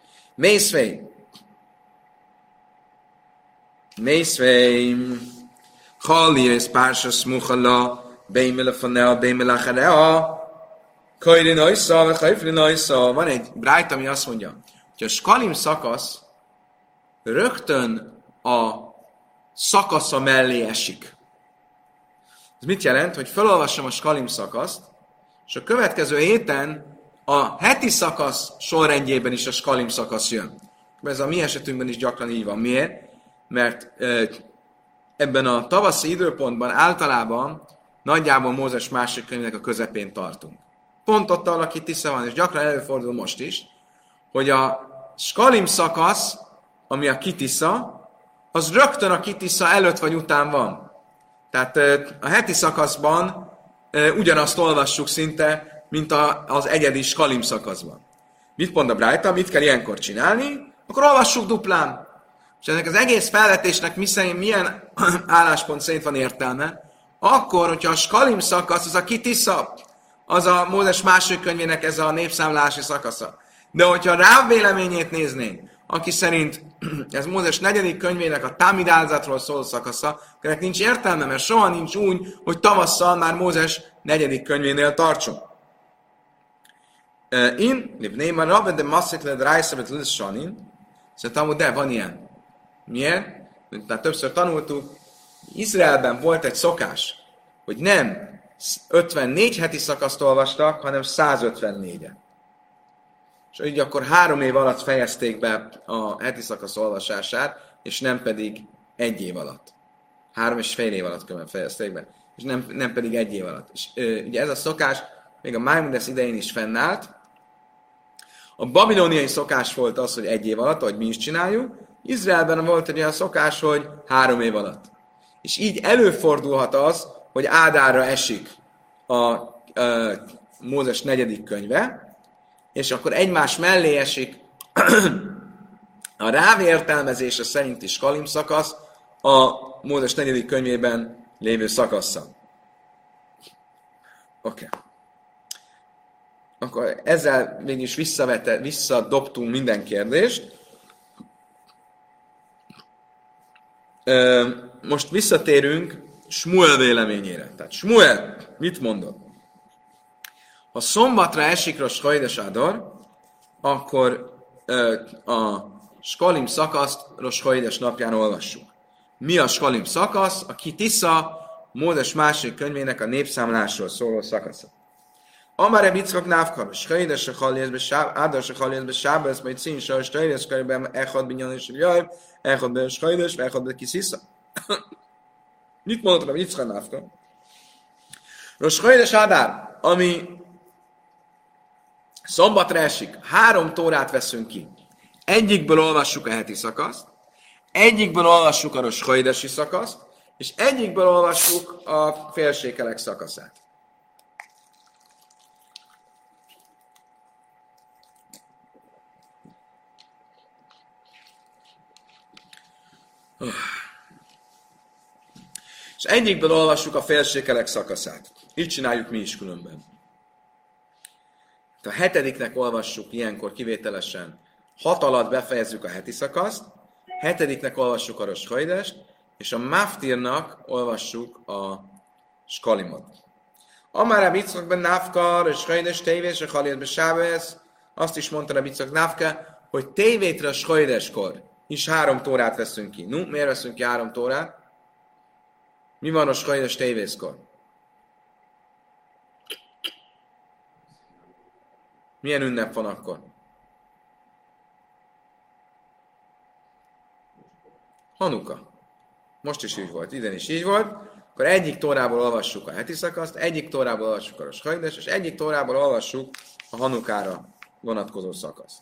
Mészvei. Chalies Pársas Muchala, Bémele Fanea, Bémele Acharea, Kajri Najsza, vagy Hajfri Najsza. Van egy brájt, ami azt mondja, hogy a Skalim szakasz rögtön a szakasza mellé esik. Ez mit jelent? Hogy felolvasom a Skalim szakaszt, és a következő héten a heti szakasz sorrendjében is a Skalim szakasz jön. Ez a mi esetünkben is gyakran így van. Miért? Mert ebben a tavaszi időpontban általában nagyjából Mózes második könyvének a közepén tartunk. Pont ott, ahol a Kitisza van, és gyakran előfordul most is, hogy a Skalim szakasz, ami a Kitisza, az rögtön a Kitisza előtt vagy után van. Tehát a heti szakaszban ugyanazt olvassuk szinte, mint az egyedi Skalim szakaszban. Mit mond a Brájta? Mit kell ilyenkor csinálni? Akkor olvassuk duplán. És ennek az egész felvetésnek milyen álláspont szerint van értelme? Akkor, hogyha a Skalim szakasz, az a Kitisza, az a Mózes második könyvének ez a népszámlálási szakasza. De hogyha Ráv véleményét néznénk, aki szerint ez Mózes negyedik könyvének a Tamid áldozatról szóló szakasza, akkor nincs értelme, mert soha nincs úgy, hogy tavasszal már Mózes negyedik könyvénél tartsunk. Én, Libnéma, Rabbe de Massziklet Rájszabet Lüsz Sanin, szóval de van ilyen. Miért? Mint már többször tanultuk, Izraelben volt egy szokás, hogy nem 54 heti szakaszt olvastak, hanem 154-et. És így akkor 3 év alatt fejezték be a heti szakasz olvasását, és nem pedig 1 év alatt. 3,5 év alatt fejezték be, és nem pedig 1 év alatt. És ugye ez a szokás még a Maimonides idején is fennállt. A babiloniai szokás volt az, hogy 1 év alatt, ahogy mi is csináljuk. Izraelben volt egy olyan szokás, hogy 3 év alatt. És így előfordulhat az, hogy Ádárra esik a Mózes 4. könyve, és akkor egymás mellé esik a Ráv értelmezése szerinti Skalim szakasz a Mózes 4. könyvében lévő szakasszal. Oké. Akkor ezzel mégis visszadobtunk minden kérdést. Most visszatérünk Smuel véleményére. Tehát Smuel mit mondott? Ha szombatra esik Rosh Chodesh Adar, akkor a Skalim szakaszt Rosh Chodesh napján olvassuk. Mi a Skalim szakasz? A Ki Tisza, Mózes 2. könyvének a népszámlásról szóló szakasza. Amare Bitzchak Návkar, Rosh Chodesh Adar Chodesh Sábesz, majd Cín Rosh Chodesh körülbelül Echad Binyan és Jaj, Echad be Rosh Chodesh, Echad be Ki Tisza. Mit mondott a Bitzchak Návkar? Rosh Chodesh Adar, ami szombatra esik, 3 tórát veszünk ki. Egyikből olvassuk a heti szakaszt, egyikből olvassuk a Rosh Chodeshi szakaszt, és egyikből olvassuk a félsékelek szakaszát. És egyikből olvassuk a félsékelek szakaszát. Így csináljuk mi is különben. A 7. olvassuk ilyenkor kivételesen 6 alatt befejezzük a heti szakaszt, 7. olvassuk a Rosh Chodest, és a Maftirnak olvassuk a Skalimot. Amár a Bitzchak ben Návka, Rosh Chodesh tévés, a Chaliad be Sábesz, azt is mondta a Bitzchak Návka, hogy tévétre a Chodeskor is 3 tórát veszünk ki. Miért veszünk ki 3 tórát? Mi van a Chodesh tévészkor? Milyen ünnep van akkor? Hanuka. Most is így volt, idén is így volt. Akkor egyik tórából olvassuk a heti szakaszt, egyik tórából olvassuk a Rosh Chodesh, és egyik tórából olvassuk a Hanukára vonatkozó szakaszt.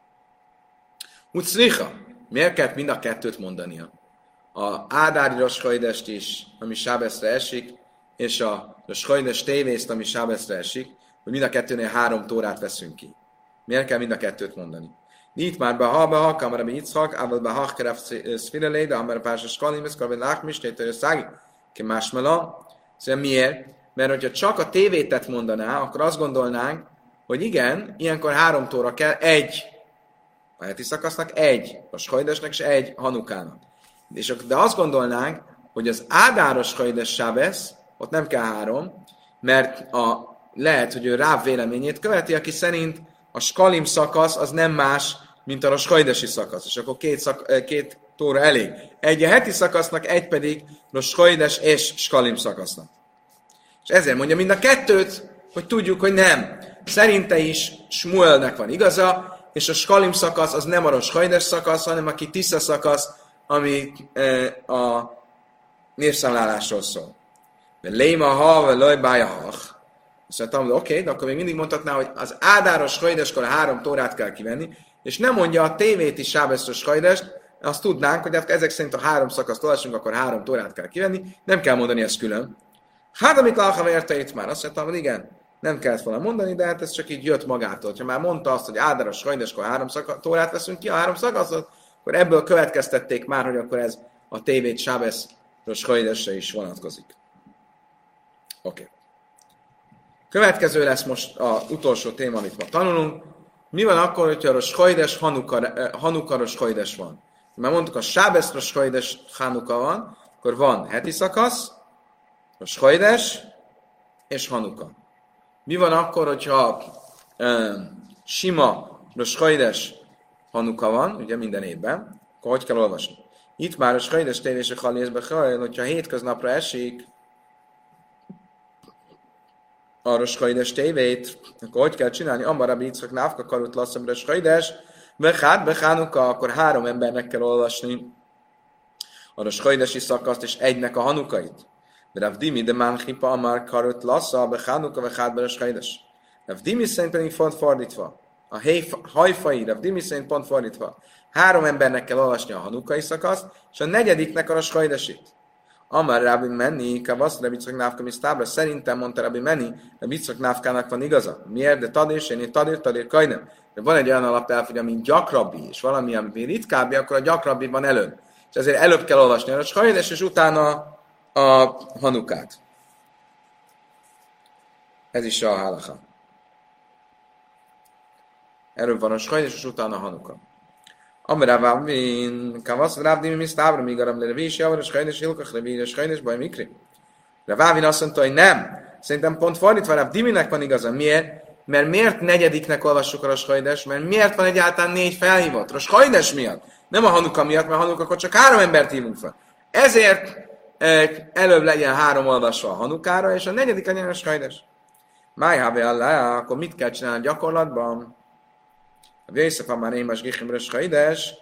Uclicha. Miért kellett mind a 2 mondania? A Ádári Rosh Chodest is, ami Sábeszre esik, és a Rosh Chodesh tévészt, ami Sábeszre esik, hogy mind a 2-nél 3 tórát veszünk ki. Miért kell mind a 2 mondani? Itt már beha, kamara be Yitzchak, ával beha keref szfirelé, de amara pársa Skalim, ez karben lákmis, tétől szági, ki másmela. Szóval miért? Mert hogyha csak a tévétet mondaná, akkor azt gondolnánk, hogy igen, ilyenkor 3 tóra kell, 1 a heti szakasznak, 1 a Chojdesnek, és 1 Hanukának. De azt gondolnánk, hogy az Ádáros Chodesh Sábesz, ott nem kell 3, mert lehet, hogy ő Ráv véleményét követi, aki szerint a Skalim szakasz az nem más, mint a Rosh Chodeshi szakasz, és akkor 2 tóra elég. Egy a heti szakasznak, 1 pedig Rosh Chodesh és Skalim szakasznak. És ezért mondja mind a 2, hogy tudjuk, hogy nem. Szerinte is Smuelnek van igaza, és a Skalim szakasz az nem a Rosh Chodesh szakasz, hanem a Ki Tisza szakasz, ami a népszámlálásról szól. Léma ha, vagy lojbája hach. Azt mondtam, hogy oké, de akkor még mindig mondhatná, hogy az Ádáros Chojdeskor 3 tórát kell kivenni, és nem mondja a tévét is Sábeszros Chojdest, azt tudnánk, hogy ezek szerint a 3 szakaszt olvasunk, akkor 3 tórát kell kivenni, nem kell mondani ezt külön. Hát, amit Lalcham érte itt már, azt mondtam, hogy igen, nem kellett volna mondani, de hát ez csak így jött magától. Ha már mondta azt, hogy Ádáros Chojdeskor 3 tórát veszünk ki, a 3 szakaszot, akkor ebből következtették már, hogy akkor ez a tévét Sábeszros Chojdesre is vonatkozik. Oké. Következő lesz most az utolsó téma, amit ma tanulunk. Mi van akkor, hogyha a Rosh Chodesh, Hanuka Rosh Chodesh van? Már mondtuk, a Sábesz Rosh Chodesh Hanuka van, akkor van heti szakasz, Rosh Chodesh és Hanuka. Mi van akkor, hogyha sima Rosh Chodesh Hanuka van, ugye minden évben, akkor hogy kell olvasni? Itt már Rosh Chodesh tévés a Chaliészbe, hogyha hétköznapra esik, a Rosh Chodesh tévét, akkor hogy kell csinálni? Amara Bitzchak Návka karut lasszam Rosh Chodesh, Hanuka, akkor 3 embernek kell olvasni a Rosh Chodeshi szakaszt, és 1-nek a Hanukait. Rav Dimi de Manchipa Amar karut lasszam Hanuka, Rosh Chodesh. Rav Dimi szerint pedig pont fordítva. A hajfai Rav Dimi szerint pont fordítva. 3 embernek kell olvasni a Hanukai szakaszt, és a 4-nek a Rosh Chodesit. Amar Rabbi Menni, Kavasz, Rabbi Yitzchak Návka, Misztábra, szerintem mondta Rabbi Menni, Rabbi Yitzchak Návkának van igaza. Miért? De tadér, én tadér, kajnem. De van egy olyan alapelv, hogy ami gyakrabbi, és valami, ami ritkábbi, akkor a gyakrabbi van előbb. És ezért előbb kell olvasni a Rosh Chodesh, és utána a Hanukát. Ez is a halacha. Előbb van a Rosh Chodesh, és utána a Hanuka. Amravavin, Kavasz, Rabdimi, Misztábra, míg a Rabbi is javar, és Chodesh, Hilkach, Levi, és Chodesh, baj mikri. Ravavin azt mondta, hogy nem. Szerintem pont fordítva, Rabdiminek van igaza. Miért? Mert miért negyediknek olvassuk a Rosh Chodesh? Mert miért van egyáltalán 4 felhívott? Rosh Chodesh miatt. Nem a Hanuka miatt, mert a Hanukakor csak 3 embert hívunk fel. Ezért előbb legyen 3 olvasva a Hanukára, és a 4. legyen a Rosh Chodesh. Májhábe allá, akkor mit kell csinálni a gyakorlatban? A Vészefan már émas Gichim Rosh Chodesh,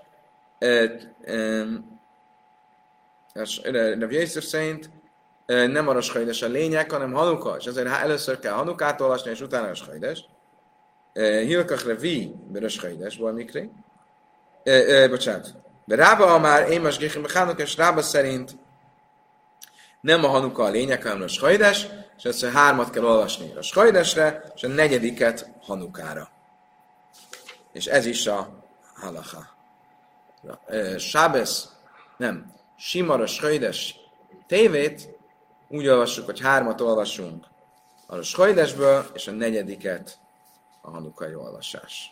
a Vészef szerint nem a Rosh Chodesh a lényeg, hanem Hanuka, és azért először kell Hanukát olvasni, és utána a Rosh Chodesh. Hilkach Levi, Rosh Chodesh, baj mikri. Bocsánat. De Rába már émas Gichim Hanuka, és Rába szerint nem a Hanuka a lényeg, hanem a Rosh Chodesh, és ezt 3 kell olvasni a Rosh Chodeshre, és a 4. Hanukára. És ez is a halacha. Sábesz, nem, sima Rosh Chodesh tévét, úgy olvassuk, hogy 3 olvasunk a Rosh Chodeshből, és a 4. a hanukai olvasás.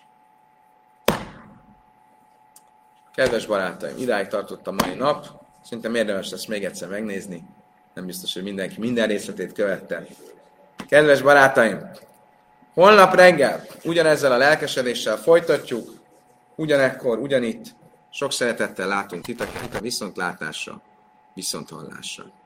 Kedves barátaim, idáig tartott a mai nap. Szerintem érdemes lesz még egyszer megnézni. Nem biztos, hogy mindenki minden részletét követte. Kedves barátaim, holnap reggel ugyanezzel a lelkesedéssel folytatjuk, ugyanekkor, ugyanitt. Sok szeretettel látunk titeket a viszontlátásra, viszonthallásra.